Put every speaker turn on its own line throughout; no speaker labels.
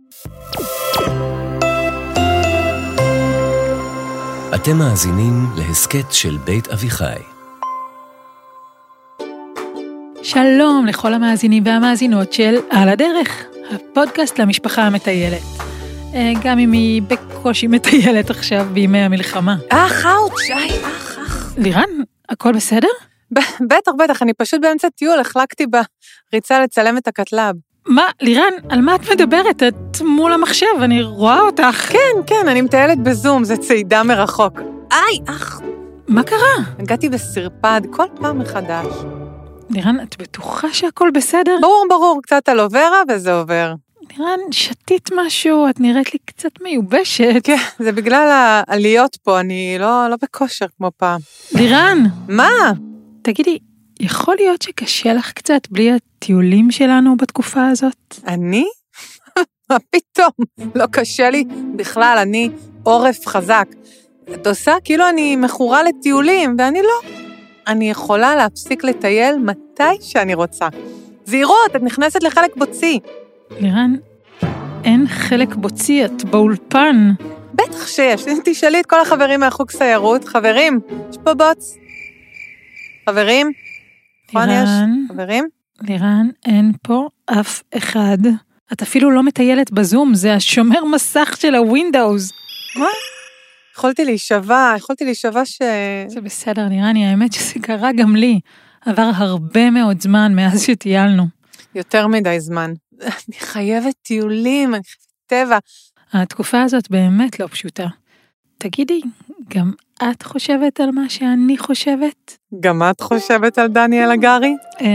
אתם מאזינים להסכת של בית אביחי.
שלום לכל המאזינים והמאזינות של על הדרך, הפודקאסט למשפחה המטיילת. גם אם היא בקושי מטיילת עכשיו בימי המלחמה.
אאוץ',
לירן, הכל בסדר?
בטח, אני פשוט באמצע טיול, החלקתי בריצה לצלם את הקטלב.
מה, לירן, על מה את מדברת? את מול המחשב, אני רואה אותך.
כן, אני מטיילת בזום, זה צעידה מרחוק.
מה קרה?
הגעתי בסרפד כל פעם מחדש.
לירן, את בטוחה שהכל בסדר?
ברור, קצת על עוברה וזה עובר.
לירן, שתית משהו, את נראית לי קצת מיובשת.
כן, זה בגלל העליות פה, אני לא בכושר כמו פעם.
לירן!
מה?
תגידי, יכול להיות שקשה לך קצת בלי הטיולים שלנו בתקופה הזאת?
אני? מה פתאום? לא קשה לי בכלל, אני עורף חזק. את עושה כאילו אני מכורה לטיולים, ואני לא. אני יכולה להפסיק לטייל מתי שאני רוצה. זהירות, את נכנסת לחלק בוצי.
לירן, אין חלק בוצי, את באולפן.
בטח שיש, תשאלי את כל החברים מהחוג סיירות. חברים, יש פה בוץ. חברים? נכון יש? חברים?
לירן, אין פה אף אחד. את אפילו לא מטיילת בזום, זה השומר מסך של הווינדאוס.
מה? יכולתי להישבע
זה בסדר, לירן, האמת שזה קרה גם לי. עבר הרבה מאוד זמן מאז שטיילנו.
יותר מדי זמן. אני חייבת טיולים, אני חייבת טבע.
התקופה הזאת באמת לא פשוטה. תגידי, גם את חושבת על מה שאני חושבת?
גם את חושבת על דניאל הגרי?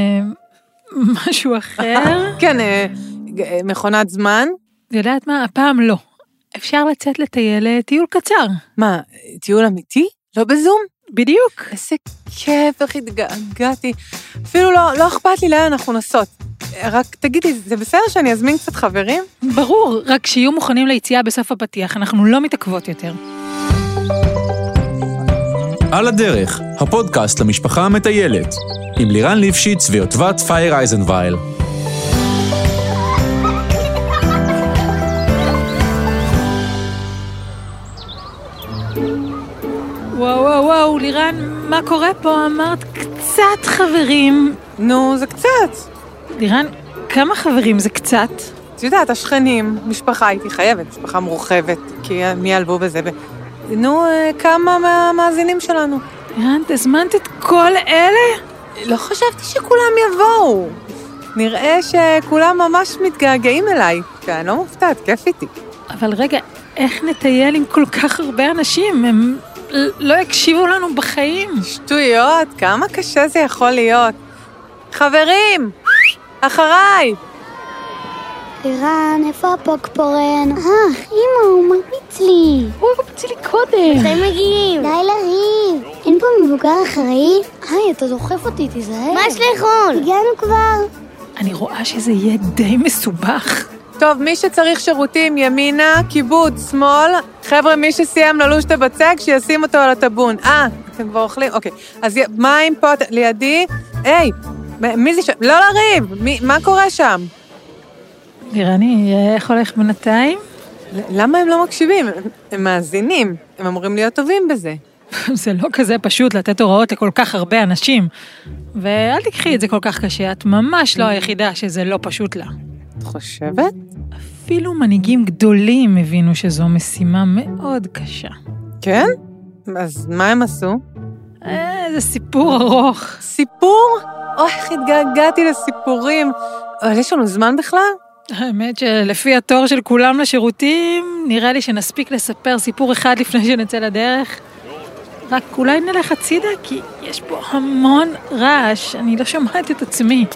משהו אחר?
כן, מכונת זמן?
יודעת מה? הפעם לא. אפשר לצאת לטייל טיול קצר.
מה, טיול אמיתי? לא בזום?
בדיוק.
איזה כיף, איך התגעגעתי. אפילו לא אכפת לי לאן אנחנו נוסעות. רק תגידי, זה בסדר שאני אזמין קצת חברים?
ברור, רק שיהיו מוכנים ליציאה בסוף הפתיח, אנחנו לא מתעכבות יותר.
על הדרך, הפודקאסט למשפחה המטיילת, עם לירן ליפשיץ ויוטבת פייר אייזנווייל.
וואו, לירן, מה קורה פה? אמרת קצת חברים.
נו, זה קצת.
לירן, כמה חברים זה קצת?
את יודעת, השכנים, משפחה, הייתי חייבת, משפחה מורחבת, כי מי ילבו בזה. נו, כמה מהמאזינים שלנו.
לירן, תזמנת את כל אלה?
לא חשבתי שכולם יבואו. נראה שכולם ממש מתגעגעים אליי, שאני לא מופתעת, כיף איתי.
אבל רגע, איך נטייל עם כל כך הרבה אנשים? הם לא הקשיבו לנו בחיים.
שטויות, כמה קשה זה יכול להיות. חברים, אחריי.
לירן, איפה הפוקפורן? אמא, הוא מרביץ לי.
הוא הרביץ לי קודם.
מתי מגיעים? די לריב. אין פה מבוגר אחראי? אתה דוחף אותי, תיזהר. מה יש לאכול? הגענו כבר.
אני רואה שזה יהיה די מסובך.
טוב, מי שצריך שירותים, ימינה, כיבוד, שמאל. חבר'ה, מי שסיים ללוש את הבצק, שישים אותו על הטבון. אתם כבר אוכלים? אוקיי. אז מים פה לידי. היי, מי זה שם? לא לריב. מה קורה שם?
לירני, איך הולך בינתיים?
למה הם לא מקשיבים? הם מאזינים. הם אמורים להיות טובים בזה.
זה לא כזה פשוט לתת הוראות לכל כך הרבה אנשים. ואל תקחי את זה כל כך קשה. את ממש לא היחידה שזה לא פשוט לה.
את חושבת?
אפילו מנהיגים גדולים הבינו שזו משימה מאוד קשה.
כן? אז מה הם עשו?
זה סיפור ארוך.
סיפור? איך התגעגעתי לסיפורים. אבל יש לנו זמן בכלל?
האמת שלפי התור של כולם לשירותים, נראה לי שנספיק לספר סיפור אחד לפני שנצא לדרך. רק אולי נלך הצידה, כי יש פה המון רעש, אני לא שומעת את עצמי.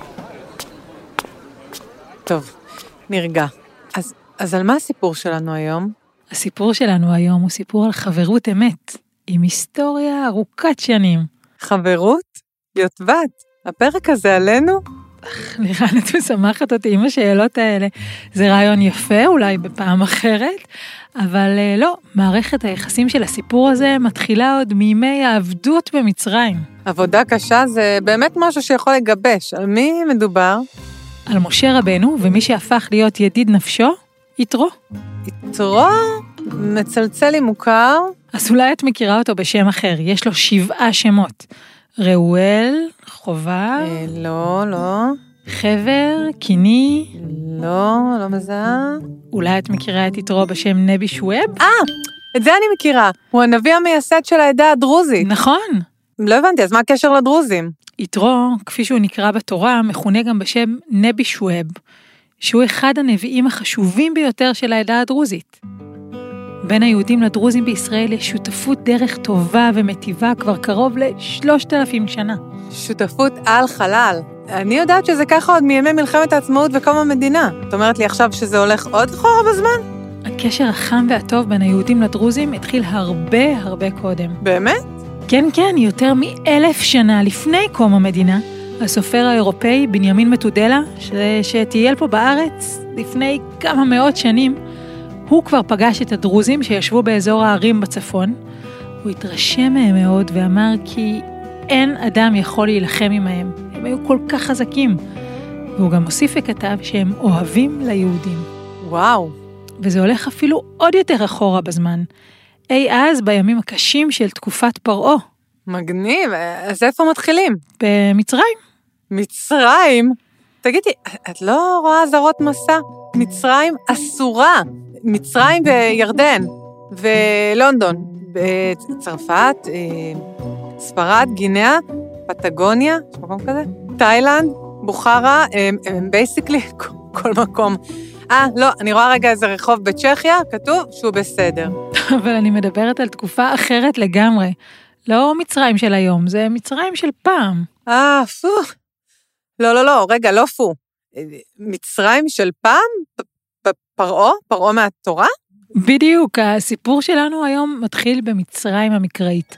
טוב, נרגע. אז על מה הסיפור שלנו היום?
הסיפור שלנו היום הוא סיפור על חברות אמת, עם היסטוריה ארוכת שנים.
חברות? יוטבת, הפרק הזה עלינו?
לירן, את משמחת אותי עם השאלות האלה. זה רעיון יפה, אולי בפעם אחרת, אבל לא, מערכת היחסים של הסיפור הזה מתחילה עוד מימי העבדות במצרים.
עבודה קשה זה באמת משהו שיכול לגבש. על מי מדובר?
על משה רבנו, ומי שהפך להיות ידיד נפשו, יתרו.
יתרו? מצלצל לי מוכר.
אז אולי את מכירה אותו בשם אחר, יש לו 7 שמות. ראואל, חובה.
לא.
חבר, קיני.
לא מזהה.
אולי את מכירה את יתרו בשם נבי שואב?
את זה אני מכירה. הוא הנביא המייסד של העדה הדרוזית.
נכון.
לא הבנתי, אז מה הקשר לדרוזים?
יתרו, כפי שהוא נקרא בתורה, מכונה גם בשם נבי שואב, שהוא אחד הנביאים החשובים ביותר של העדה הדרוזית. בין היהודים לדרוזים בישראל יש שותפות דרך טובה ומטיבה כבר קרוב ל3,000 שנה.
שותפות על חלל. אני יודעת שזה ככה עוד מימי מלחמת העצמאות וקום המדינה. את אומרת לי עכשיו שזה הולך עוד אחורה בזמן?
הקשר החם והטוב בין היהודים לדרוזים התחיל הרבה קודם.
באמת?
כן, יותר מ1,000 שנה לפני קום המדינה, הסופר האירופאי בנימין מתודלה, שטייל פה בארץ לפני כמה מאות שנים, הוא כבר פגש את הדרוזים שישבו באזור הערים בצפון. הוא התרשם מהם מאוד ואמר כי אין אדם יכול להילחם עמהם. הם היו כל כך חזקים. והוא גם הוסיף וכתב שהם אוהבים ליהודים.
וואו.
וזה הולך אפילו עוד יותר אחורה בזמן. אי אז בימים הקשים של תקופת פרעה.
מגניב, אז איפה מתחילים?
במצרים.
מצרים? תגידי, את לא רואה זרות מסע? מצרים אסורה. מצרים וירדן, ולונדון, בצרפת, ספרד, גינאה, פטגוניה, יש מקום כזה? תאילנד, בוכרה, הם בייסיקלי כל מקום. לא, אני רואה רגע איזה רחוב בצ'כיה, כתוב שהוא בסדר.
אבל אני מדברת על תקופה אחרת לגמרי. לא מצרים של היום, זה מצרים של פעם.
פו. לא, רגע, לא פו. מצרים של פעם? פרעה מהתורה?
בדיוק, הסיפור שלנו היום מתחיל במצרים המקראית.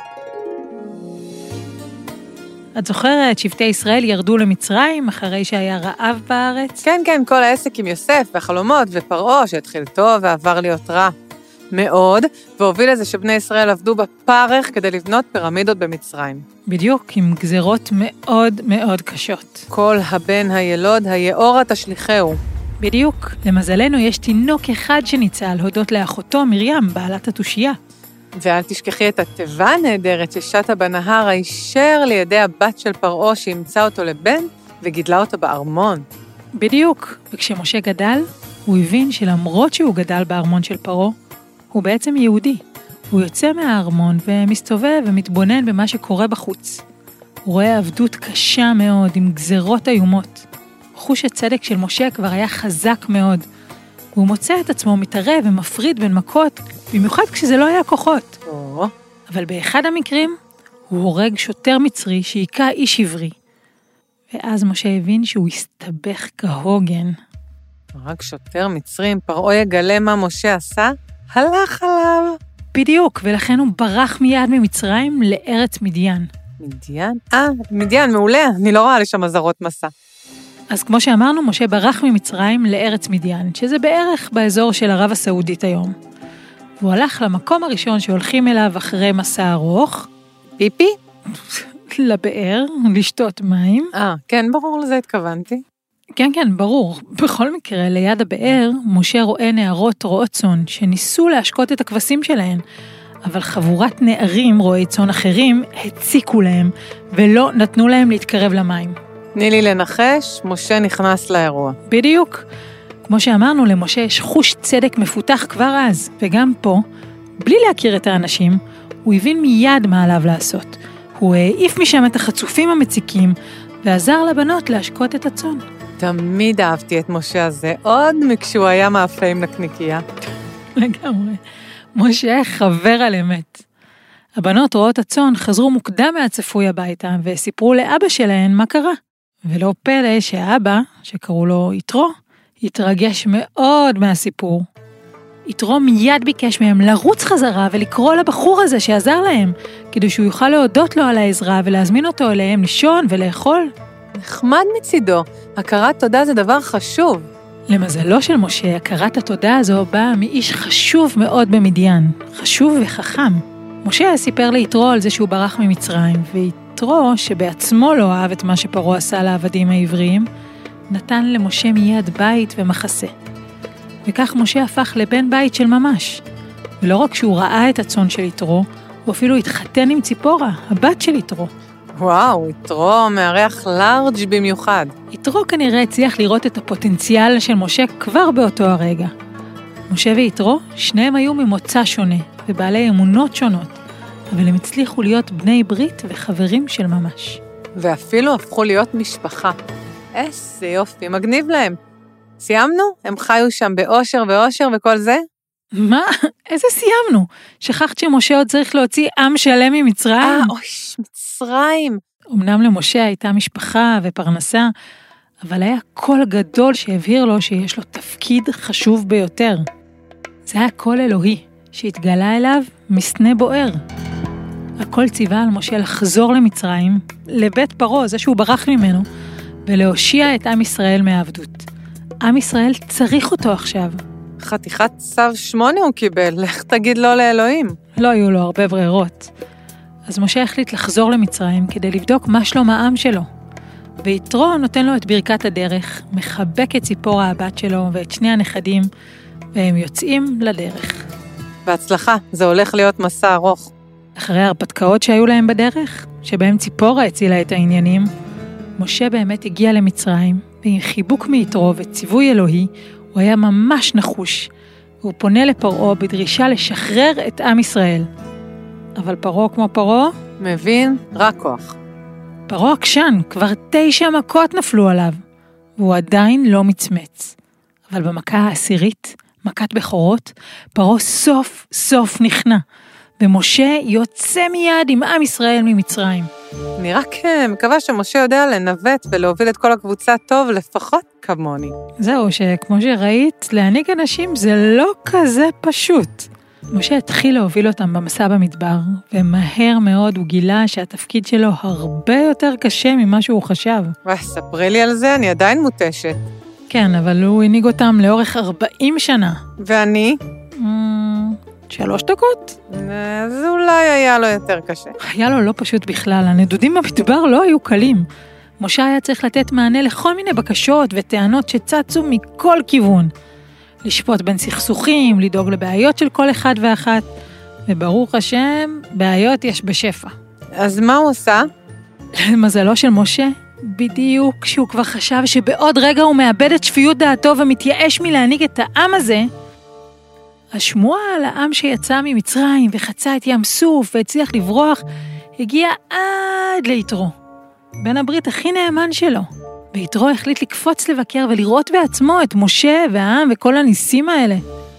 את זוכרת, שבטי ישראל ירדו למצרים אחרי שהיה רעב בארץ?
כן, כל העסק עם יוסף והחלומות ופרעה שהתחיל טוב ועבר להיות רע מאוד, והוביל לזה שבני ישראל עבדו בפרך כדי לבנות פירמידות במצרים.
בדיוק, עם גזרות מאוד קשות.
כל הבן הילוד היאורה תשליחהו.
בדיוק, למזלנו יש תינוק אחד שניצל הודות לאחותו מרים, בעלת התושייה.
ואל תשכחי את התיבה הנהדרת ששטה בנהר הישר לידי הבת של פרעה שימצא אותו לבן וגידלה אותו בארמון.
בדיוק, וכשמשה גדל, הוא הבין שלמרות שהוא גדל בארמון של פרעה, הוא בעצם יהודי. הוא יוצא מהארמון ומסתובב ומתבונן במה שקורה בחוץ. הוא רואה עבדות קשה מאוד עם גזרות איומות. חוש הצדק של משה כבר היה חזק מאוד, והוא מוצא את עצמו מתערב ומפריד בין מכות, במיוחד כשזה לא היה כוחות. אבל באחד המקרים, הוא הורג שוטר מצרי שהיכה איש עברי. ואז משה הבין שהוא הסתבך כהוגן.
רק שוטר מצרי, פרעה יגלה מה משה עשה, הלך עליו.
בדיוק, ולכן הוא ברח מיד ממצרים לארץ מדיין.
מדיין? מדיין, מעולה, אני לא רואה לי שם זרות מסע.
אז כמו שאמרנו, משה ברח ממצרים לארץ מדיין, שזה בערך באזור של ערב הסעודית היום. והוא הלך למקום הראשון שהולכים אליו אחרי מסע ארוך.
פיפי?
לבאר, לשתות מים.
כן, ברור לזה התכוונתי.
כן, ברור. בכל מקרה, ליד הבאר, משה רואה נערות רועות צאן, שניסו להשקות את הכבשים שלהן, אבל חבורת נערים רועי צאן אחרים הציקו להם, ולא נתנו להם להתקרב למים.
תני לי לנחש, משה נכנס לאירוע.
בדיוק. כמו שאמרנו, למשה יש חוש צדק מפותח כבר אז, וגם פה, בלי להכיר את האנשים, הוא הבין מיד מה עליו לעשות. הוא העיף משם את החצופים המציקים, ועזר לבנות להשקות את הצאן.
תמיד אהבתי את משה הזה, עוד מכשהוא היה מאפה עם נקניקייה.
לגמרי. משה חבר על אמת. הבנות רואות הצאן חזרו מוקדם מהצפוי הביתה, וסיפרו לאבא שלהן מה קרה. ולא פלא שהאבא, שקראו לו יתרו, התרגש מאוד מהסיפור. יתרו מיד ביקש מהם לרוץ חזרה ולקרוא לבחור הזה שעזר להם, כדי שהוא יוכל להודות לו על העזרה ולהזמין אותו אליהם לישון ולאכול.
נחמד מצידו, הכרת תודה זה דבר חשוב.
למזלו של משה, הכרת התודה הזו באה מאיש חשוב מאוד במדיין, חשוב וחכם. משה סיפר ליתרו על זה שהוא ברח ממצרים, ויתרו, שבעצמו לא אהב את מה שפרעה עשה לעבדים העבריים, נתן למשה מיד בית ומחסה. וכך משה הפך לבן בית של ממש. ולא רק שהוא ראה את הצאן של יתרו, הוא אפילו התחתן עם ציפורה, הבת של יתרו.
וואו, יתרו מארח לארג' במיוחד.
יתרו כנראה הצליח לראות את הפוטנציאל של משה כבר באותו הרגע. משה ויתרו, שניהם היו ממוצא שונה ובעלי אמונות שונות, אבל הם הצליחו להיות בני ברית וחברים של ממש.
ואפילו הפכו להיות משפחה. איזה יופי, מגניב להם. סיימנו? הם חיו שם באושר ואושר וכל זה?
מה? איזה סיימנו? שכחת שמשה עוד צריך להוציא עם שלם ממצרים?
אוי, מצרים.
אמנם למשה הייתה משפחה ופרנסה, אבל היה קול גדול שהבהיר לו שיש לו תפקיד חשוב ביותר. זה היה קול אלוהי שהתגלה אליו מסנה בוער. הקול ציווה על משה לחזור למצרים, לבית פרעה, זה שהוא ברח ממנו, ולהושיע את עם ישראל מהעבדות. עם ישראל צריך אותו עכשיו.
חתיכת צו 8 הוא קיבל, לך תגיד לו לאלוהים.
לא היו לו הרבה ברירות. אז משה החליט לחזור למצרים כדי לבדוק מה שלום העם שלו. ויתרו נותן לו את ברכת הדרך, מחבק את ציפורה הבת שלו ואת שני הנכדים, והם יוצאים לדרך.
בהצלחה, זה הולך להיות מסע ארוך.
אחרי ההרפתקאות שהיו להם בדרך, שבהם ציפורה הצילה את העניינים, משה באמת הגיע למצרים, ועם חיבוק מיתרו וציווי אלוהי, הוא היה ממש נחוש, והוא פונה לפרעה בדרישה לשחרר את עם ישראל. אבל פרעה כמו פרעה,
מבין? רק כוח.
פרעה עקשן, כבר 9 מכות נפלו עליו, והוא עדיין לא מצמץ. אבל במכה העשירית, מכת בכורות, פרעה סוף סוף נכנע, ומשה יוצא מיד עם עם ישראל ממצרים.
אני רק מקווה שמשה יודע לנווט ולהוביל את כל הקבוצה טוב, לפחות כמוני.
זהו, שכמו שראית, להנהיג אנשים זה לא כזה פשוט. משה התחיל להוביל אותם במסע במדבר, ומהר מאוד הוא גילה שהתפקיד שלו הרבה יותר קשה ממה שהוא חשב.
ספרי לי על זה, אני עדיין מוטשת.
כן, אבל הוא הנהיג אותם לאורך 40 שנה.
ואני?
3 דקות?
אז אולי היה לו יותר קשה.
היה לו לא פשוט בכלל, הנדודים במדבר לא היו קלים. משה היה צריך לתת מענה לכל מיני בקשות וטענות שצצו מכל כיוון. לשפוט בין סכסוכים, לדאוג לבעיות של כל אחד ואחת, וברוך השם, בעיות יש בשפע.
אז מה הוא עושה?
למזלו של משה, בדיוק כשהוא כבר חשב שבעוד רגע הוא מאבד את שפיות דעתו ומתייאש מלהנהיג את העם הזה, השמועה על העם שיצא ממצרים וחצה את ים סוף והצליח לברוח, הגיע עד ליתרו, בן הברית הכי נאמן שלו. ויתרו החליט לקפוץ לבקר ולראות בעצמו את משה והעם וכל הניסים האלה.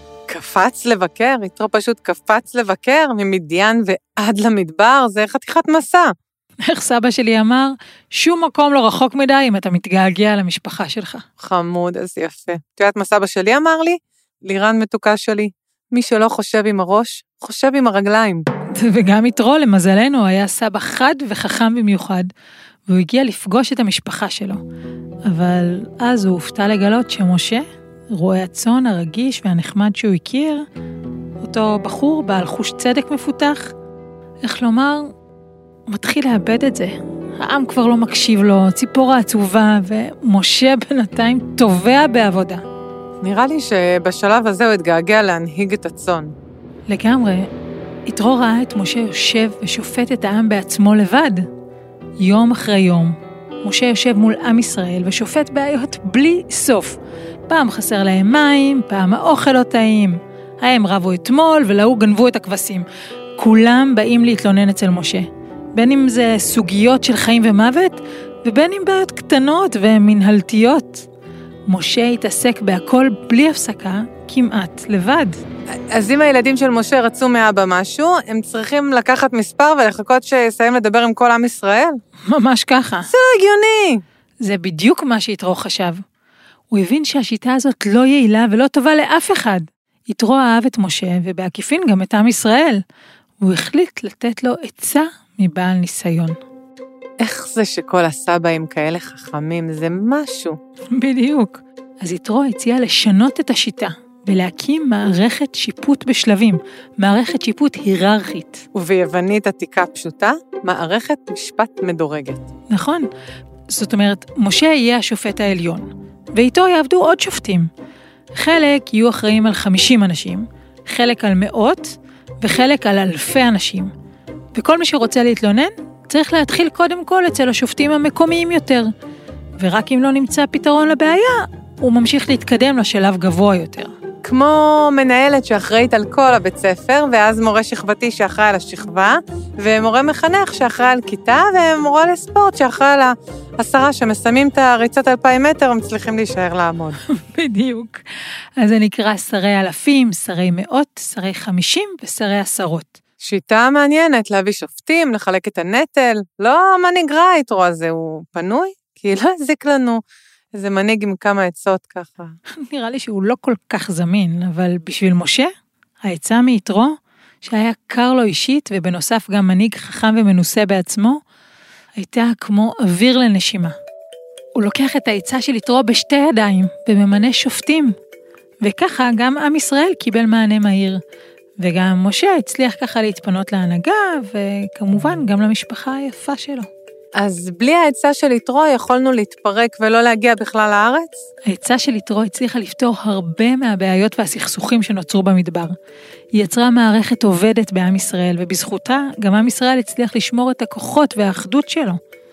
קפץ לבקר? יתרו פשוט קפץ לבקר ממדיין ועד למדבר, זה חתיכת מסע.
איך סבא שלי אמר, שום מקום לא רחוק מדי אם אתה מתגעגע למשפחה שלך.
חמוד, אז יפה. את יודעת מה סבא שלי אמר לי? לירן מתוקה שלי, מי שלא חושב עם הראש, חושב עם הרגליים.
וגם יתרו, למזלנו, היה סבא חד וחכם במיוחד, והוא הגיע לפגוש את המשפחה שלו. אבל אז הוא הופתע לגלות שמשה, רואה הצאן הרגיש והנחמד שהוא הכיר, אותו בחור בעל חוש צדק מפותח, איך לומר, הוא מתחיל לאבד את זה. העם כבר לא מקשיב לו, ציפורה עצובה, ומשה בינתיים טובע בעבודה.
נראה לי שבשלב הזה הוא התגעגע להנהיג את הצאן.
לגמרי, יתרו ראה את משה יושב ושופט את העם בעצמו לבד. יום אחרי יום, משה יושב מול עם ישראל ושופט בעיות בלי סוף. פעם חסר להם מים, פעם האוכל לא טעים. הם רבו אתמול ולהוא גנבו את הכבשים. כולם באים להתלונן אצל משה. בין אם זה סוגיות של חיים ומוות, ובין אם בעיות קטנות ומנהלתיות. משה התעסק בהכל בלי הפסקה, כמעט לבד.
אז אם הילדים של משה רצו מאבא משהו, הם צריכים לקחת מספר ולחכות שיסיים לדבר עם כל עם ישראל?
ממש ככה.
זה הגיוני.
זה בדיוק מה שיתרו חשב. הוא הבין שהשיטה הזאת לא יעילה ולא טובה לאף אחד. יתרו אהב את משה ובעקיפין גם את עם ישראל. הוא החליט לתת לו עצה מבעל ניסיון.
איך זה שכל הסבאים כאלה חכמים, זה משהו.
בדיוק. אז יתרו הציע לשנות את השיטה, ולהקים מערכת שיפוט בשלבים, מערכת שיפוט היררכית.
וביוונית עתיקה פשוטה, מערכת משפט מדורגת.
נכון. זאת אומרת, משה יהיה השופט העליון, ואיתו יעבדו עוד שופטים. חלק יהיו אחראים על 50 אנשים, חלק על מאות וחלק על אלפי אנשים. וכל מי שרוצה להתלונן צריך להתחיל קודם כל אצל השופטים המקומיים יותר. ורק אם לא נמצא פתרון לבעיה, הוא ממשיך להתקדם לשלב גבוה יותר.
כמו מנהלת שאחראית על כל הבית ספר, ואז מורה שכבתי שאחראי על השכבה, ומורה מחנך שאחראי על כיתה, ומורה לספורט שאחראי על 10 שמסיימים את הריצות 2,000 מטר, ומצליחים להישאר לעמוד.
בדיוק. אז זה נקרא שרי אלפים, שרי מאות, שרי 50 ושרי עשרות.
שיטה מעניינת, להביא שופטים, לחלק את הנטל. לא מנהיג רע יתרו הזה, הוא פנוי, כי לא הזיק לנו. איזה מנהיג עם כמה עצות ככה.
נראה לי שהוא לא כל כך זמין, אבל בשביל משה, העצה מיתרו, שהיה קר לו אישית, ובנוסף גם מנהיג חכם ומנוסה בעצמו, הייתה כמו אוויר לנשימה. הוא לוקח את העצה של יתרו בשתי ידיים, וממנה שופטים. וככה גם עם ישראל קיבל מענה מהיר. וגם משה הצליח ככה להתפנות להנהגה, וכמובן גם למשפחה היפה שלו.
אז בלי העצה של יתרו יכולנו להתפרק ולא להגיע בכלל לארץ?
העצה של יתרו הצליחה לפתור הרבה מהבעיות והסכסוכים שנוצרו במדבר. היא יצרה מערכת עובדת בעם ישראל, ובזכותה גם עם ישראל הצליח לשמור את הכוחות והאחדות שלו.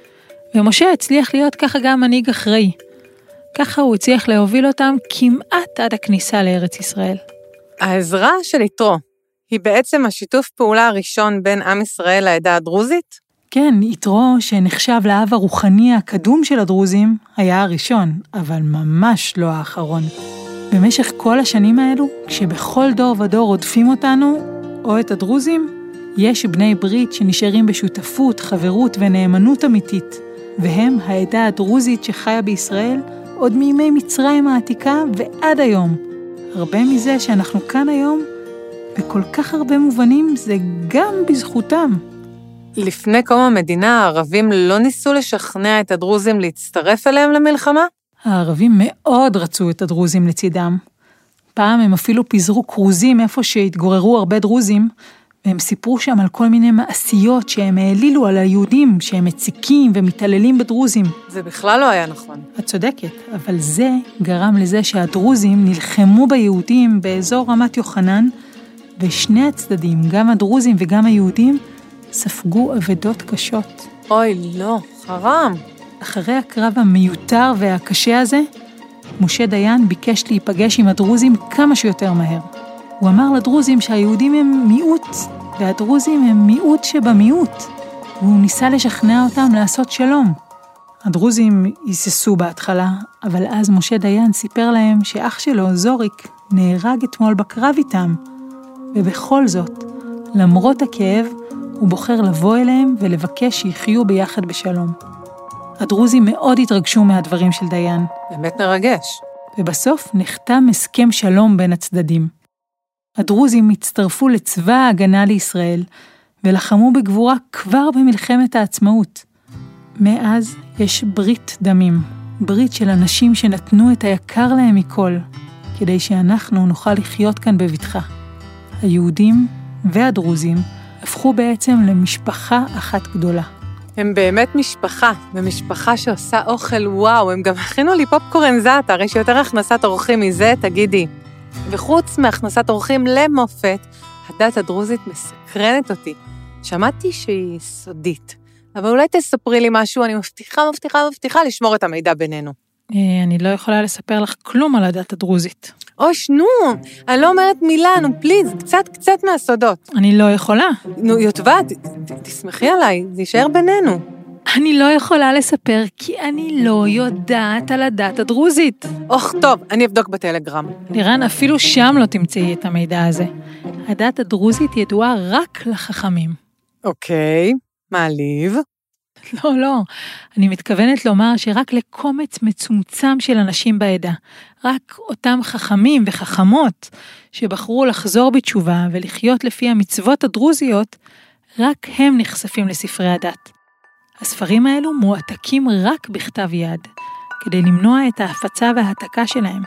ומשה הצליח להיות ככה גם מנהיג אחראי. ככה הוא הצליח להוביל אותם כמעט עד הכניסה לארץ ישראל.
העזרה של יתרו היא בעצם השיתוף פעולה הראשון בין עם ישראל לעדה הדרוזית?
כן, יתרו שנחשב לאב הרוחני הקדום של הדרוזים היה הראשון, אבל ממש לא האחרון. במשך כל השנים האלו, כשבכל דור ודור רודפים אותנו, או את הדרוזים, יש בני ברית שנשארים בשותפות, חברות ונאמנות אמיתית, והם העדה הדרוזית שחיה בישראל עוד מימי מצרים העתיקה ועד היום. הרבה מזה שאנחנו כאן היום, בכל כך הרבה מובנים זה גם בזכותם.
לפני קום המדינה, הערבים לא ניסו לשכנע את הדרוזים להצטרף אליהם למלחמה?
הערבים מאוד רצו את הדרוזים לצידם. פעם הם אפילו פיזרו קרוזים איפה שהתגוררו הרבה דרוזים, והם סיפרו שם על כל מיני מעשיות שהם העלילו על היהודים, שהם מציקים ומתעללים בדרוזים.
זה בכלל לא היה נכון.
את צודקת, אבל זה גרם לזה שהדרוזים נלחמו ביהודים באזור רמת יוחנן, ושני הצדדים, גם הדרוזים וגם היהודים, ספגו אבדות קשות.
אוי, לא, חרם.
אחרי הקרב המיותר והקשה הזה, משה דיין ביקש להיפגש עם הדרוזים כמה שיותר מהר. הוא אמר לדרוזים שהיהודים הם מיעוט, והדרוזים הם מיעוט שבמיעוט, והוא ניסה לשכנע אותם לעשות שלום. הדרוזים היססו בהתחלה, אבל אז משה דיין סיפר להם שאח שלו, זוריק, נהרג אתמול בקרב איתם, ובכל זאת, למרות הכאב, הוא בוחר לבוא אליהם ולבקש שיחיו ביחד בשלום. הדרוזים מאוד התרגשו מהדברים של דיין.
באמת מרגש.
ובסוף נחתם הסכם שלום בין הצדדים. הדרוזים הצטרפו לצבא ההגנה לישראל, ולחמו בגבורה כבר במלחמת העצמאות. מאז יש ברית דמים, ברית של אנשים שנתנו את היקר להם מכל, כדי שאנחנו נוכל לחיות כאן בבטחה. היהודים והדרוזים הפכו בעצם למשפחה אחת גדולה.
הם באמת משפחה, ומשפחה שעושה אוכל וואו, הם גם הכינו לי פופקורן זאטה, הרי שיותר הכנסת אורחים מזה, תגידי. וחוץ מהכנסת אורחים למופת, הדת הדרוזית מסקרנת אותי. שמעתי שהיא סודית, אבל אולי תספרי לי משהו, אני מבטיחה לשמור את המידע בינינו.
אני לא יכולה לספר לך כלום על הדת הדרוזית.
אוי, שנו, אני לא אומרת מילה, נו, פליז, קצת מהסודות.
אני לא יכולה.
נו, יוטבה, תסמכי עליי, זה יישאר בינינו.
אני לא יכולה לספר, כי אני לא יודעת על הדת הדרוזית.
אוח, טוב, אני אבדוק בטלגרם.
לירן, אפילו שם לא תמצאי את המידע הזה. הדת הדרוזית ידועה רק לחכמים.
אוקיי, מעליב.
לא, אני מתכוונת לומר שרק לקומץ מצומצם של אנשים בעדה, רק אותם חכמים וחכמות שבחרו לחזור בתשובה ולחיות לפי המצוות הדרוזיות, רק הם נחשפים לספרי הדת. הספרים האלו מועתקים רק בכתב יד, כדי למנוע את ההפצה וההעתקה שלהם,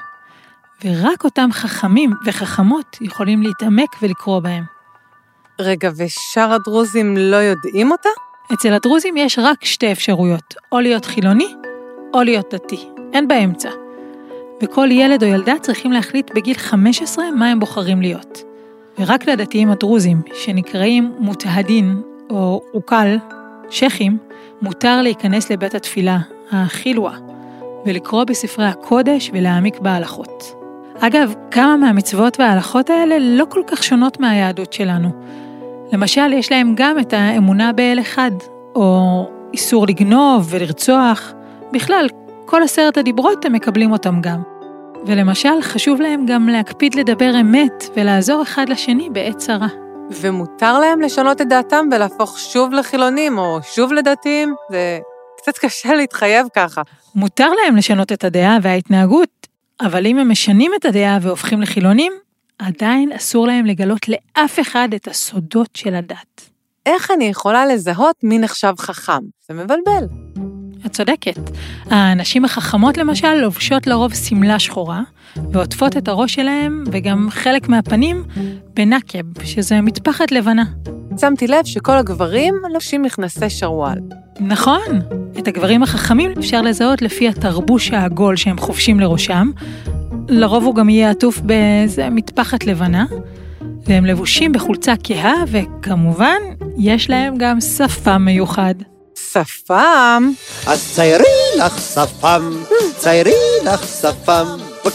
ורק אותם חכמים וחכמות יכולים להתעמק ולקרוא בהם.
רגע, ושאר הדרוזים לא יודעים אותה?
אצל הדרוזים יש רק שתי אפשרויות, או להיות חילוני, או להיות דתי. אין באמצע. וכל ילד או ילדה צריכים להחליט בגיל 15 מה הם בוחרים להיות. ורק לדתיים הדרוזים, שנקראים מותהדין או אוקל, שכים, מותר להיכנס לבית התפילה, החילווה, ולקרוא בספרי הקודש ולהעמיק בהלכות. אגב, כמה מהמצוות וההלכות האלה לא כל כך שונות מהיהדות שלנו. למשל, יש להם גם את האמונה באל אחד, או איסור לגנוב ולרצוח. בכלל, כל 10 הדיברות הם מקבלים אותם גם. ולמשל, חשוב להם גם להקפיד לדבר אמת ולעזור אחד לשני בעת צרה.
ומותר להם לשנות את דעתם ולהפוך שוב לחילונים או שוב לדתיים? זה קצת קשה להתחייב ככה.
מותר להם לשנות את הדעה וההתנהגות, אבל אם הם משנים את הדעה והופכים לחילונים, עדיין אסור להם לגלות לאף אחד את הסודות של הדת.
איך אני יכולה לזהות מי נחשב חכם? זה מבלבל.
את צודקת. האנשים החכמות למשל לובשות לרוב סמלה שחורה, ועוטפות את הראש שלהם וגם חלק מהפנים בנקב, שזה מטפחת לבנה.
שמתי לב שכל הגברים לובשים מכנסי שרוואל.
נכון, את הגברים החכמים אפשר לזהות לפי התרבוש העגול שהם חופשים לראשם, לרוב הוא גם יהיה עטוף באיזה מטפחת לבנה, והם לבושים בחולצה כהה, וכמובן יש להם גם שפם מיוחד.
שפם?
אז ציירי לך שפם, ציירי לך שפם,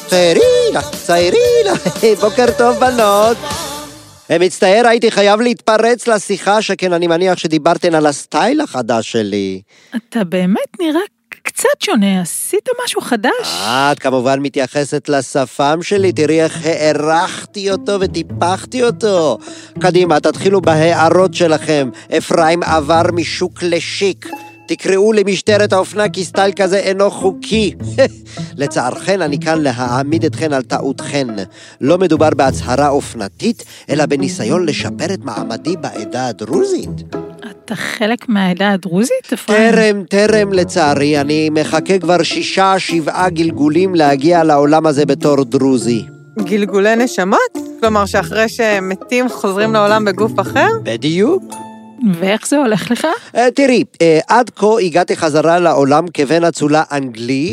ציירי לך, בוקר טוב בנות. מצטער, הייתי חייב להתפרץ לשיחה, שכן אני מניח שדיברתן על הסטייל החדש שלי.
אתה באמת נראה קצת שונה, עשית משהו חדש?
את כמובן מתייחסת לשפם שלי, תראי איך הערכתי אותו וטיפחתי אותו. קדימה, תתחילו בהערות שלכם. אפרים עבר משוק לשיק. תקראו למשטרת האופנה כי סטייל כזה אינו חוקי. לצערכן, אני כאן להעמיד אתכן על טעותכן. לא מדובר בהצהרה אופנתית, אלא בניסיון לשפר את מעמדי בעדה הדרוזית.
אתה חלק מהעדה הדרוזית, אפרים?
טרם לצערי, אני מחכה כבר 6-7 גלגולים להגיע לעולם הזה בתור דרוזי.
גלגולי נשמות? כלומר שאחרי שמתים חוזרים לעולם בגוף אחר?
בדיוק.
ואיך זה הולך לך?
תראי, עד כה הגעתי חזרה לעולם כבן אצולה אנגלי,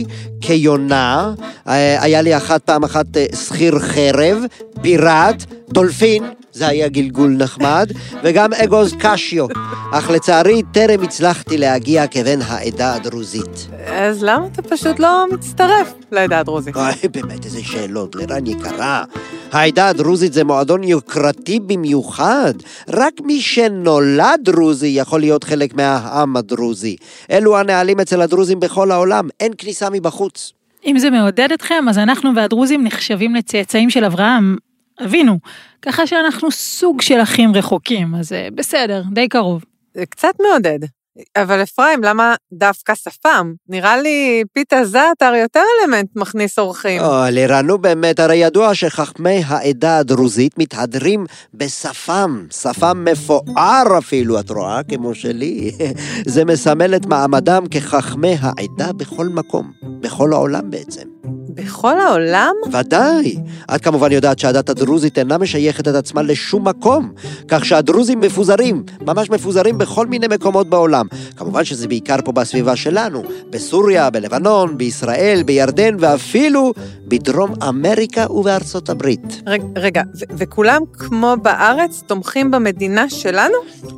כיונה, היה לי פעם אחת שכיר חרב, פיראט, דולפין, זה היה גלגול נחמד, וגם אגוז קשיו, אך לצערי טרם הצלחתי להגיע כבן העדה הדרוזית.
אז למה אתה פשוט לא מצטרף לעדה הדרוזית?
באמת, איזה שאלות, לירן יקרה. העדה הדרוזית זה מועדון יוקרתי במיוחד. רק מי שנולד דרוזי יכול להיות חלק מהעם הדרוזי. אלו הנהלים אצל הדרוזים בכל העולם, אין כניסה מבחוץ.
אם זה מעודד אתכם, אז אנחנו והדרוזים נחשבים לצאצאים של אברהם, אבינו, ככה שאנחנו סוג של אחים רחוקים, אז בסדר, די קרוב.
זה קצת מעודד. אבל אפרים, למה דווקא שפם? נראה לי פיתה זאטר יותר אלמנט מכניס אורחים.
לירנו באמת, הרי ידוע שחכמי העדה הדרוזית מתהדרים בשפם, שפם מפואר אפילו, את רואה, כמו שלי. זה מסמל את מעמדם כחכמי העדה בכל מקום, בכל העולם בעצם.
בכל העולם?
ודאי. את כמובן יודעת שהדת הדרוזית אינה משייכת את עצמה לשום מקום, כך שהדרוזים מפוזרים, ממש מפוזרים בכל מיני מקומות בעולם. כמובן שזה בעיקר פה בסביבה שלנו, בסוריה, בלבנון, בישראל, בירדן, ואפילו בדרום אמריקה ובארצות הברית.
רגע, וכולם כמו בארץ תומכים במדינה שלנו?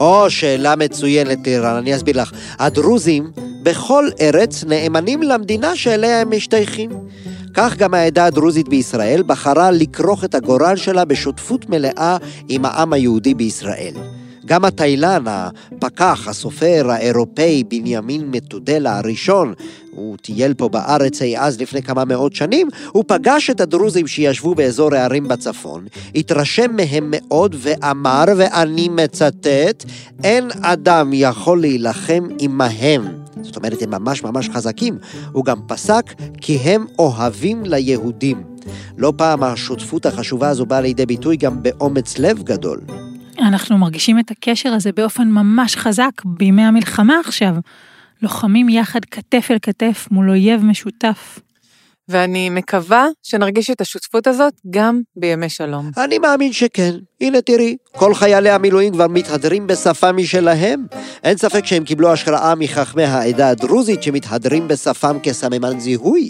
שאלה מצוינת, לירן, אני אסביר לך. הדרוזים בכל ארץ נאמנים למדינה שאליה הם משתייכים. כך גם העדה הדרוזית בישראל בחרה לקרוך את הגורל שלה בשותפות מלאה עם העם היהודי בישראל. גם התאילן, הפקח, הסופר האירופאי בנימין מתודלה הראשון, הוא טייל פה בארץ אז לפני כמה מאות שנים, הוא פגש את הדרוזים שישבו באזור הערים בצפון, התרשם מהם מאוד ואמר, ואני מצטט, אין אדם יכול להילחם עמהם. זאת אומרת, הם ממש ממש חזקים. הוא גם פסק כי הם אוהבים ליהודים. לא פעם השותפות החשובה הזו באה לידי ביטוי גם באומץ לב גדול.
אנחנו מרגישים את הקשר הזה באופן ממש חזק בימי המלחמה עכשיו. לוחמים יחד כתף אל כתף מול אויב משותף.
ואני מקווה שנרגיש את השותפות הזאת גם בימי שלום.
אני מאמין שכן. הנה תראי, כל חיילי המילואים כבר מתהדרים בשפה משלהם. אין ספק שהם קיבלו השראה מחכמי העדה הדרוזית שמתהדרים בשפם כסממן זיהוי.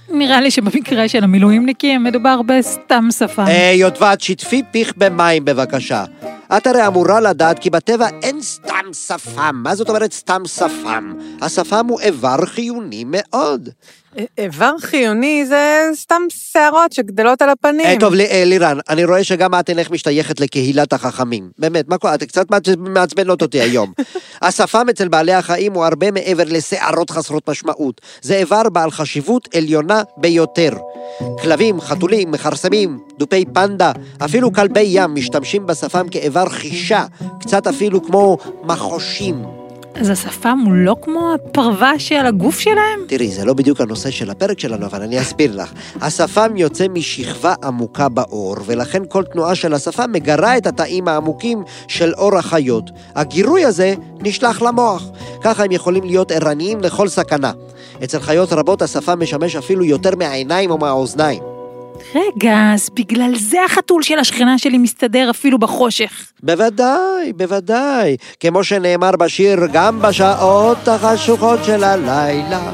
נראה לי שבמקרה של המילואימניקים מדובר בסתם שפם.
יודעת, שטפי פיך במים בבקשה. את הרי אמורה לדעת כי בטבע אין סתם שפם. מה זאת אומרת סתם שפם? השפם הוא איבר חיוני מאוד.
איבר חיוני זה סתם שערות שגדלות על הפנים.
טוב, לירן, אני רואה שגם את אינך משתייכת לקהילת החכמים. באמת, מה קורה? את קצת מעצבנות אותי היום. השפם אצל בעלי החיים הוא הרבה מעבר לשערות חסרות משמעות. זה איבר בעל חשיבות עליונה ביותר. כלבים, חתולים, מחרסמים, דופי פנדה, אפילו כלבי ים משתמשים בשפם כאיבר חישה, קצת אפילו כמו מחושים.
אז השפם הוא לא כמו הפרווה שעל הגוף שלהם?
תראי, זה לא בדיוק הנושא של הפרק שלנו, אבל אני אסביר לך. השפם יוצא משכבה עמוקה באור, ולכן כל תנועה של השפם מגרה את התאים העמוקים של אור החיות. הגירוי הזה נשלח למוח. ככה הם יכולים להיות ערניים לכל סכנה. אצל חיות רבות השפם משמש אפילו יותר מהעיניים או מהאוזניים.
רגע, אז בגלל זה החתול של השכנה שלי מסתדר אפילו בחושך.
בוודאי, בוודאי. כמו שנאמר בשיר, גם בשעות החשוכות של הלילה,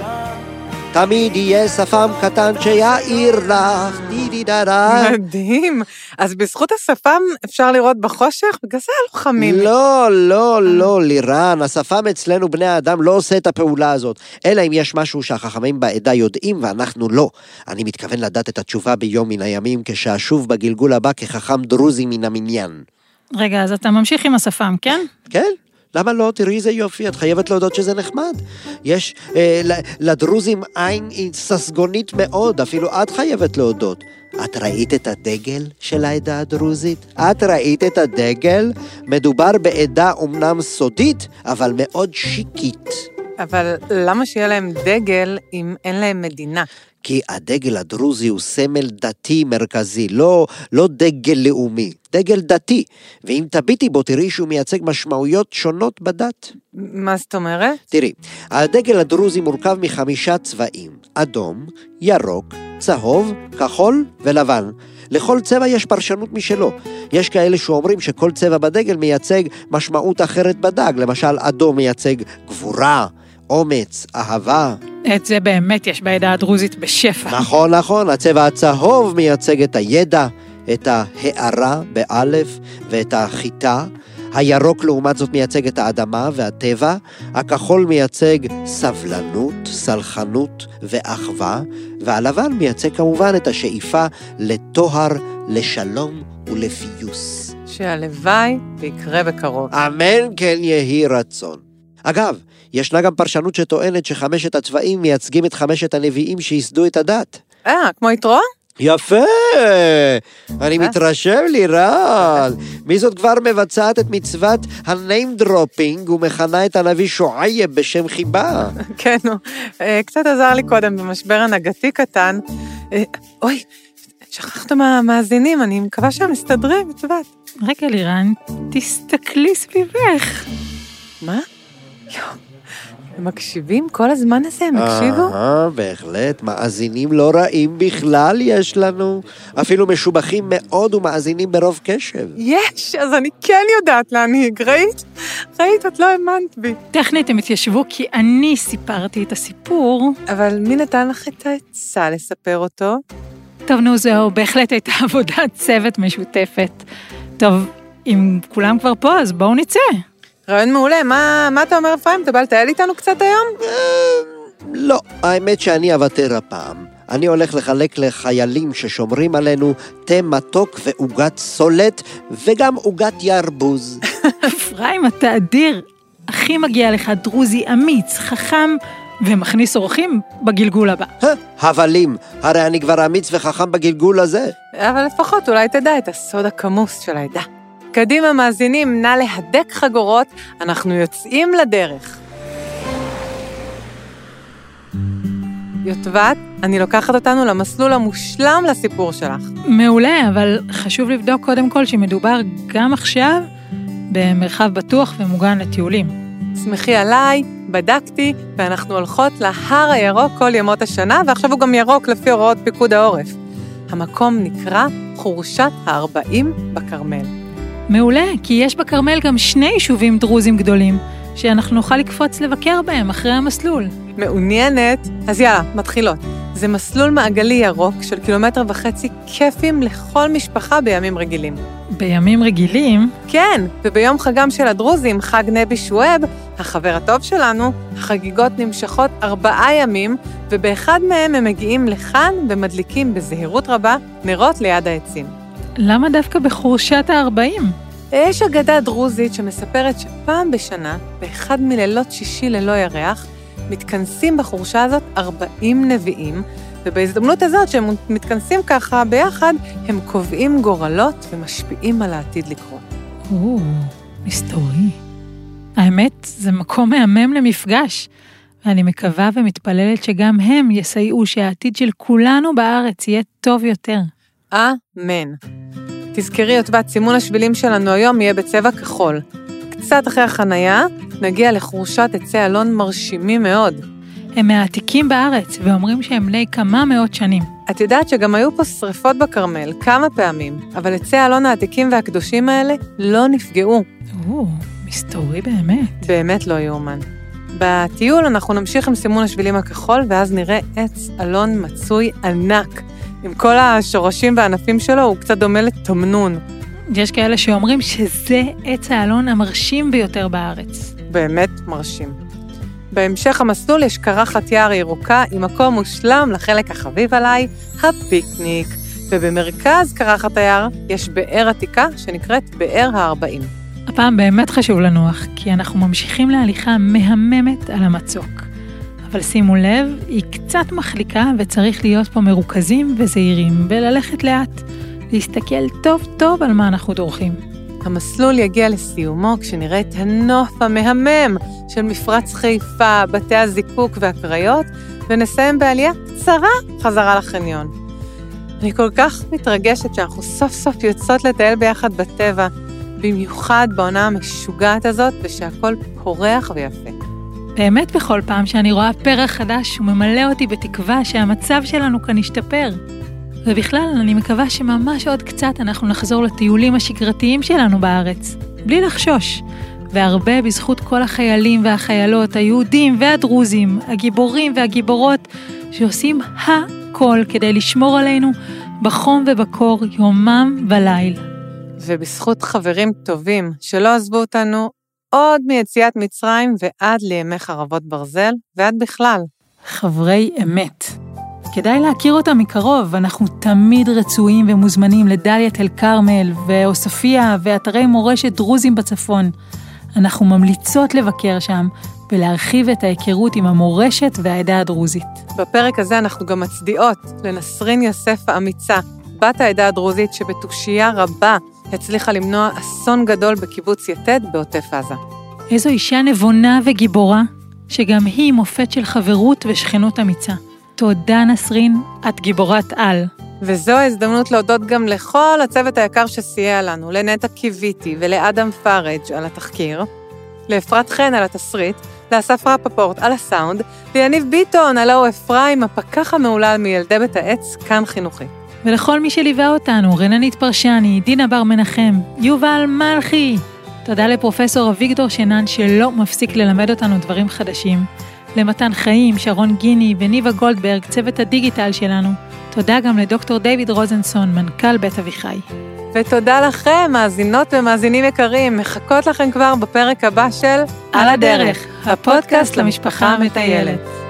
תמיד יהיה שפם קטן שיעיר לך, דידידדה.
מדהים. אז בזכות השפם אפשר לראות בחושך? בגלל זה הלוחמים.
לא, לירן. השפם אצלנו בני האדם לא עושה את הפעולה הזאת. אלא אם יש משהו שהחכמים בעדה יודעים ואנחנו לא. אני מתכוון לדעת את התשובה ביום מן הימים כשאשוב בגלגול הבא כחכם דרוזי מן המניין.
רגע, אז אתה ממשיך עם השפם, כן?
כן? למה לא? תראי איזה יופי, את חייבת להודות שזה נחמד. יש לדרוזים עין ססגונית מאוד, אפילו את חייבת להודות. את ראית את הדגל של העדה הדרוזית? את ראית את הדגל? מדובר בעדה אומנם סודית, אבל מאוד שיקית.
אבל למה שיהיה להם דגל אם אין להם מדינה?
כי הדגל הדרוזי הוא סמל דתי מרכזי, לא דגל לאומי, דגל דתי. ואם תביטי בו, תראי שהוא מייצג משמעויות שונות בדת.
מה זאת אומרת?
תראי, הדגל הדרוזי מורכב מ5 צבעים, אדום, ירוק, צהוב, כחול ולבן. לכל צבע יש פרשנות משלו. יש כאלה שאומרים שכל צבע בדגל מייצג משמעות אחרת בדג, למשל אדום מייצג גבורה, אומץ, אהבה.
את זה באמת יש בעדה הדרוזית בשפע.
נכון, הצבע הצהוב מייצג את הידע, את ההארה באלף ואת החיטה. הירוק לעומת זאת מייצג את האדמה והטבע. הכחול מייצג סבלנות, סלחנות ואחווה. והלבן מייצג כמובן את השאיפה לטוהר, לשלום ולפיוס.
שהלוואי ויקרה בקרוב.
אמן כן יהי רצון. אגב, ישנה גם פרשנות שטוענת ש5 הצבעים מייצגים את 5 הנביאים שיסדו את הדת.
כמו יתרו?
יפה! אני מתרשם לירן. מי זאת כבר מבצעת את מצוות הניים דרופינג ומכנה את הנביא שועייב בשם חיבה?
כן, קצת עזר לי קודם במשבר הנגתי קטן. אוי, שכחת מהמאזינים, אני מקווה שהם מסתדרים, מצוות.
רגע לירן, תסתכלי סביבך.
מה? הם מקשיבים כל הזמן הזה, הם הקשיבו?
בהחלט, מאזינים לא רעים בכלל יש לנו. אפילו משובחים מאוד ומאזינים ברוב קשב.
יש, אז אני כן יודעת להנהיג, ראית, את לא האמנת בי.
טכנית הם התיישבו כי אני סיפרתי את הסיפור.
אבל מי נתן לך את העצה לספר אותו?
טוב, נו זהו, בהחלט הייתה עבודת צוות משותפת. טוב, אם כולם כבר פה, אז בואו נצא.
רעיון מעולה, מה אתה אומר אפרים? אתה בא לטייל איתנו קצת היום?
לא, האמת שאני אוותר הפעם. אני הולך לחלק לחיילים ששומרים עלינו תה מתוק ועוגת סולת וגם עוגת ירבוז.
אפרים, אתה אדיר. הכי מגיע לך דרוזי אמיץ, חכם ומכניס אורחים בגלגול הבא.
הבלים, הרי אני כבר אמיץ וחכם בגלגול הזה.
אבל לפחות אולי תדע את הסוד הכמוס של העדה. קדימה מאזינים, נא להדק חגורות, אנחנו יוצאים לדרך. יוטבת, אני לוקחת אותנו למסלול המושלם לסיפור שלך.
מעולה, אבל חשוב לבדוק קודם כל שמדובר גם עכשיו במרחב בטוח ומוגן לטיולים. שמחי עליי, בדקתי, ואנחנו הולכות להר הירוק כל ימות השנה, ועכשיו הוא גם ירוק לפי הוראות פיקוד העורף. המקום נקרא חורשת ה-40 בכרמל. מעולה, כי יש בכרמל גם 2 יישובים דרוזים גדולים, שאנחנו נוכל לקפוץ לבקר בהם אחרי המסלול.
מעוניינת? אז יאללה, מתחילות. זה מסלול מעגלי ירוק של 1.5 קילומטר כיפים לכל משפחה בימים רגילים.
בימים רגילים?
כן, וביום חגם של הדרוזים, חג נבי שואב, החבר הטוב שלנו, החגיגות נמשכות 4 ימים, ובאחד מהם הם מגיעים לכאן ומדליקים בזהירות רבה נרות ליד העצים.
למה דווקא בחורשת ה-40?
יש אגדה דרוזית שמספרת שפעם בשנה, באחד מלילות שישי ללא ירח, מתכנסים בחורשה הזאת 40 נביאים, ובהזדמנות הזאת שהם מתכנסים ככה ביחד, הם קובעים גורלות ומשפיעים על העתיד לקרות.
מסתורי. האמת, זה מקום מהמם למפגש, ואני מקווה ומתפללת שגם הם יסייעו שהעתיד של כולנו בארץ יהיה טוב יותר.
אמן. תזכרי אותבת, סימון השבילים שלנו היום יהיה בצבע כחול. קצת אחרי החנייה, נגיע לחורשת עצי אלון מרשימים מאוד.
הם מעתיקים בארץ, ואומרים שהם בני כמה מאות שנים.
את יודעת שגם היו פה שריפות בכרמל כמה פעמים, אבל עצי אלון העתיקים והקדושים האלה לא נפגעו.
מסתורי באמת.
באמת לא יאומן. בטיול אנחנו נמשיך עם סימון השבילים הכחול, ואז נראה עץ אלון מצוי ענק. עם כל השורשים והענפים שלו, הוא קצת דומה לתמנון.
יש כאלה שאומרים שזה עץ האלון המרשים ביותר בארץ.
באמת מרשים. בהמשך המסלול יש קרחת יער ירוקה עם מקום מושלם לחלק החביב עליי, הפיקניק. ובמרכז קרחת היער יש באר עתיקה שנקראת באר ה-40.
הפעם באמת חשוב לנוח, כי אנחנו ממשיכים להליכה מהממת על המצוק. אבל שימו לב, היא קצת מחליקה וצריך להיות פה מרוכזים וזהירים וללכת לאט, להסתכל טוב טוב על מה אנחנו דורכים.
המסלול יגיע לסיומו כשנראה את הנוף המהמם של מפרץ חיפה, בתי הזיקוק והקריות, ונסיים בעלייה קצרה חזרה לחניון. אני כל כך מתרגשת שאנחנו סוף סוף יוצאות לטייל ביחד בטבע, במיוחד בעונה המשוגעת הזאת, ושהכל פורח ויפה.
באמת בכל פעם שאני רואה פרח חדש, הוא ממלא אותי בתקווה שהמצב שלנו כאן ישתפר. ובכלל, אני מקווה שממש עוד קצת אנחנו נחזור לטיולים השגרתיים שלנו בארץ, בלי לחשוש. והרבה בזכות כל החיילים והחיילות, היהודים והדרוזים, הגיבורים והגיבורות, שעושים הכל כדי לשמור עלינו בחום ובקור יומם וליל.
ובזכות חברים טובים שלא עזבו אותנו עוד מיציאת מצרים ועד לימי חרבות ברזל, ועד בכלל.
חברי אמת. כדאי להכיר אותם מקרוב, אנחנו תמיד רצויים ומוזמנים לדליית אל כרמל ועוספיה ואתרי מורשת דרוזים בצפון. אנחנו ממליצות לבקר שם ולהרחיב את ההיכרות עם המורשת והעדה הדרוזית.
בפרק הזה אנחנו גם מצדיעות לנסרין יוסף האמיצה, בת העדה הדרוזית שבתושייה רבה הצליחה למנוע אסון גדול בקיבוץ יתד בעוטף עזה.
איזו אישה נבונה וגיבורה, שגם היא מופת של חברות ושכנות אמיצה. תודה נסרין, את גיבורת על.
וזו ההזדמנות להודות גם לכל הצוות היקר שסייע לנו, לנטע קיוויתי ולאדם פארג' על התחקיר, לאפרת חן על התסריט, לאסף רפפורט על הסאונד, ליניב ביטון על האו אפרים, הפקח המעולל מילדי בית העץ, כאן חינוכי.
ולכל מי שליווה אותנו, רננית פרשני, דינה בר מנחם, יובל מלכי. תודה לפרופסור אביגדור שנן שלא מפסיק ללמד אותנו דברים חדשים. למתן חיים, שרון גיני וניבה גולדברג, צוות הדיגיטל שלנו. תודה גם לדוקטור דיוויד רוזנסון, מנכ"ל בית אביחי.
ותודה לכם, מאזינות ומאזינים יקרים, מחכות לכם כבר בפרק הבא של
על הדרך, הפודקאסט למשפחה המטיילת.